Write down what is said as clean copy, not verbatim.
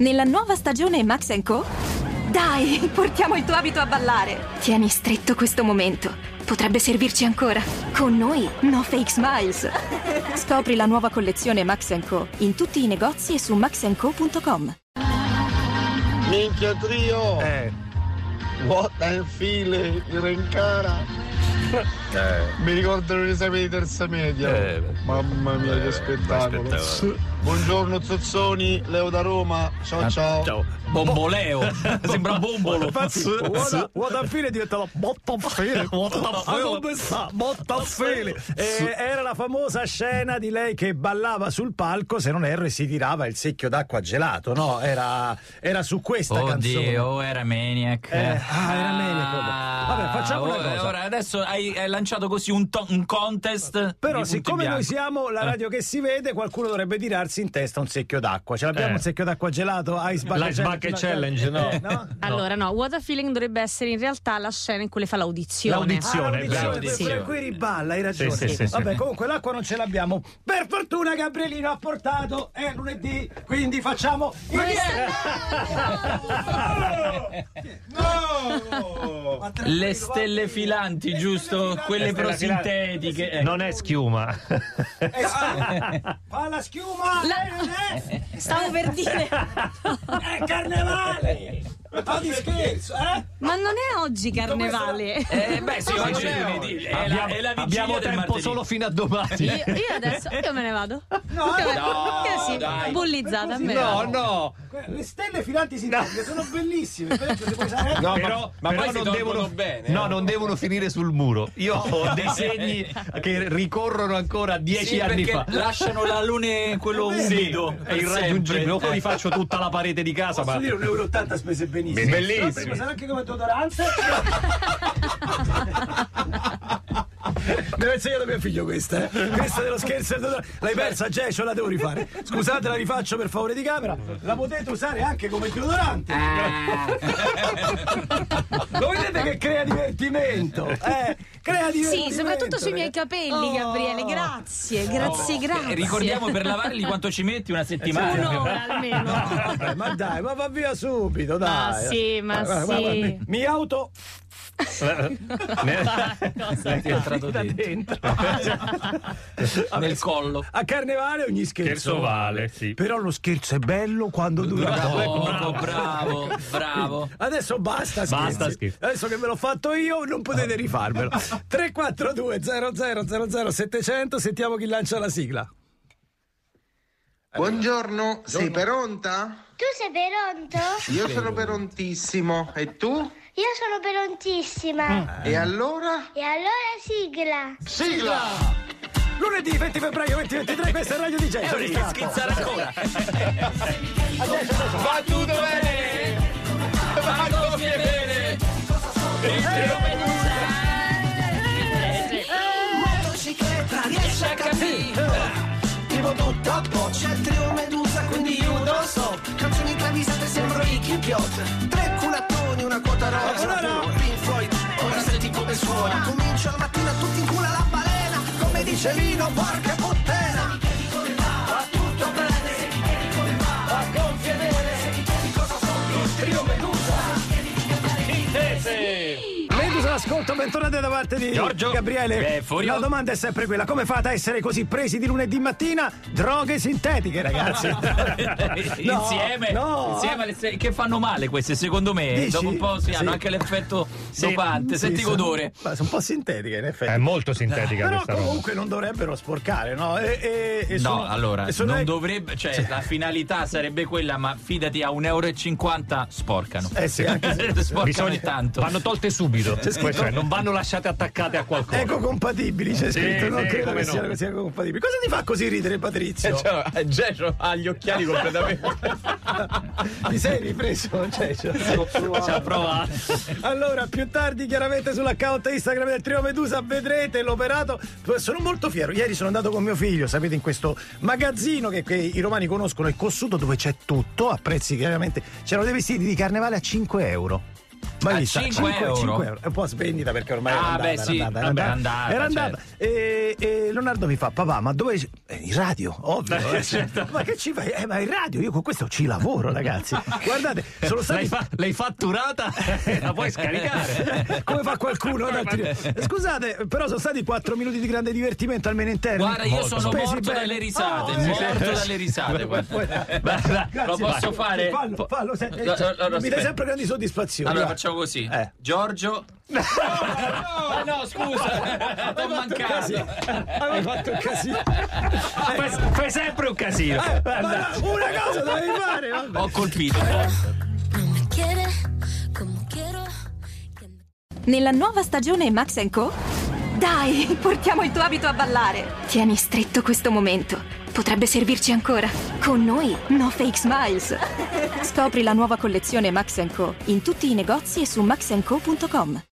Nella nuova stagione Max & Co? Dai, portiamo il tuo abito a ballare. Tieni stretto questo momento. Potrebbe servirci ancora. Con noi, no fake smiles. Scopri la nuova collezione Max & Co in tutti i negozi e su maxandco.com. Minchia trio! What a feeling, Rencara! Mi ricordo l'esame di terza media. Mamma mia, che spettacolo. Buongiorno Zozzoni, Leo da Roma. Ciao ciao. Ciao. Bomboleo. Sembra bombolo. What a feeling è diventato bottafele. Bottafele. Era la famosa scena di lei che ballava sul palco, se non erro, e si tirava il secchio d'acqua gelato, no? Era su questa canzone. Oddio, era Maniac. Era Maniac. Vabbè, facciamo una cosa. Ora, adesso hai lanciato così un contest. Però siccome noi siamo la radio che si vede, qualcuno dovrebbe tirarsi in testa un secchio d'acqua. Ce l'abbiamo un secchio d'acqua gelato? Ice Bucket Challenge, no? Allora no, What a Feeling dovrebbe essere in realtà la scena in cui le fa l'audizione. Per cui riballa, hai ragione. Sì. Vabbè, comunque l'acqua non ce l'abbiamo. Per fortuna Gabrielino ha portato, è lunedì, quindi facciamo le stelle filanti, giusto? Quelle prosintetiche. Non è schiuma. Fa la schiuma. Stavo per dire. È carnevale. Un po' di scherzo, Ma non è oggi carnevale. Sì, oggi è lunedì. È la vigilia Abbiamo del tempo martedì. solo fino a domani. Io adesso me ne vado. No, Sì, dai. bullizzata a me. No. Le stelle filanti sintetiche sono bellissime. No, ma poi non si devono bene. No, non devono finire sul muro. Io ho dei segni che ricorrono ancora 10 anni fa. Lasciano l'alone quello umido. È irraggiungibile. O poi faccio tutta la parete di casa. Posso dire €1,80 spese benissimo. Bellissimo. Sarà anche come deodorante. Me l'ha insegnato mio figlio questa, Questa dello scherzo. L'hai persa, Gecio, la devo rifare. Scusate, la rifaccio per favore di camera. La potete usare anche come deodorante. Lo vedete che crea divertimento? Crea divertimento. Sì, soprattutto sui miei capelli, Gabriele. Grazie. Ricordiamo, per lavarli quanto ci metti? Una settimana? Un'ora almeno. Ma dai, ma va via subito, dai. Ma sì. Mi auto. Cosa? È entrato dentro. Nel collo. A carnevale ogni scherzo vale, sì. Però lo scherzo è bello quando dura Bravo. Adesso basta scherzi. Adesso che ve l'ho fatto io non potete rifarmelo. 342 00 700. Sentiamo chi lancia la sigla. Buongiorno, sei pronta? Tu sei pronto? Io sono prontissimo. E tu? Io sono prontissima. E allora? E allora sigla. Sigla! Lunedì 20 febbraio 2023, questa è Radio DJ. Che schizzare ancora. Va tutto bene! Va gonfie bene! Motocicletta riesce a capire. Vivo tutto a po', c'è il trio Medusa, quindi io lo so. Canzoni travisate, sembro Ricky Piot. 3 culattoni, una quota rosa, Pink Floyd. Ora senti come suona. Comincio la mattina tutti in culo alla balena. Come dice Lino, porca puttana. Va tutto bene, va gonfie bene. Cosa sono? Il trio Medusa. Medusa, ascolto, bentornati da parte di Giorgio. Gabriele. La domanda è sempre quella: come fate a essere così presi di lunedì mattina? Droghe sintetiche, ragazzi. Insieme che fanno male queste, secondo me. Dici? Dopo un po' hanno anche l'effetto dopante. Senti l'odore. Sono un po' sintetiche, in effetti. È molto sintetica Però questa roba. comunque non dovrebbero sporcare, no? Non dovrebbe, cioè la finalità sarebbe quella, ma fidati, a €1,50 sporcano. Sì, anche se sporcano tanto. Vanno tolte subito. Cioè, non vanno lasciate attaccate a qualcosa. Ecocompatibili c'è scritto, non credo che no. siano ecocompatibili. Cosa ti fa così ridere, Patrizio? Gecio ha gli occhiali completamente. Ti sei ripreso? Ci ha provato. Allora, più tardi chiaramente sull'account Instagram del Trio Medusa vedrete l'operato. Sono molto fiero. Ieri sono andato con mio figlio, sapete, in questo magazzino che i romani conoscono, il Cossuto, dove c'è tutto a prezzi che veramente c'erano dei vestiti di carnevale a €5. mai A vista? 5 euro. 5 euro. È un po' svendita perché ormai Era andata. E Leonardo mi fa: papà, ma dove in radio? Ovvio. Certo. Ma che ci fai? Ma in radio, io con questo ci lavoro, ragazzi. Guardate, sono stati. L'hai fatturata? La puoi scaricare? Come fa qualcuno? Scusate, però sono stati 4 minuti di grande divertimento almeno interno. Guarda, io sono morto dalle risate. Dalle risate. Lo posso fare? Fallo, mi dai sempre grandi soddisfazioni. Allora facciamo così. Giorgio. No, scusa, t'ho mancato. Avevi fatto un casino. Fai sempre un casino. Una cosa dovevi fare. Vabbè. Ho colpito. Nella nuova stagione Max & Co? Dai, portiamo il tuo abito a ballare. Tieni stretto questo momento. Potrebbe servirci ancora. Con noi, no fake smiles. Scopri la nuova collezione Max & Co in tutti i negozi e su maxandco.com.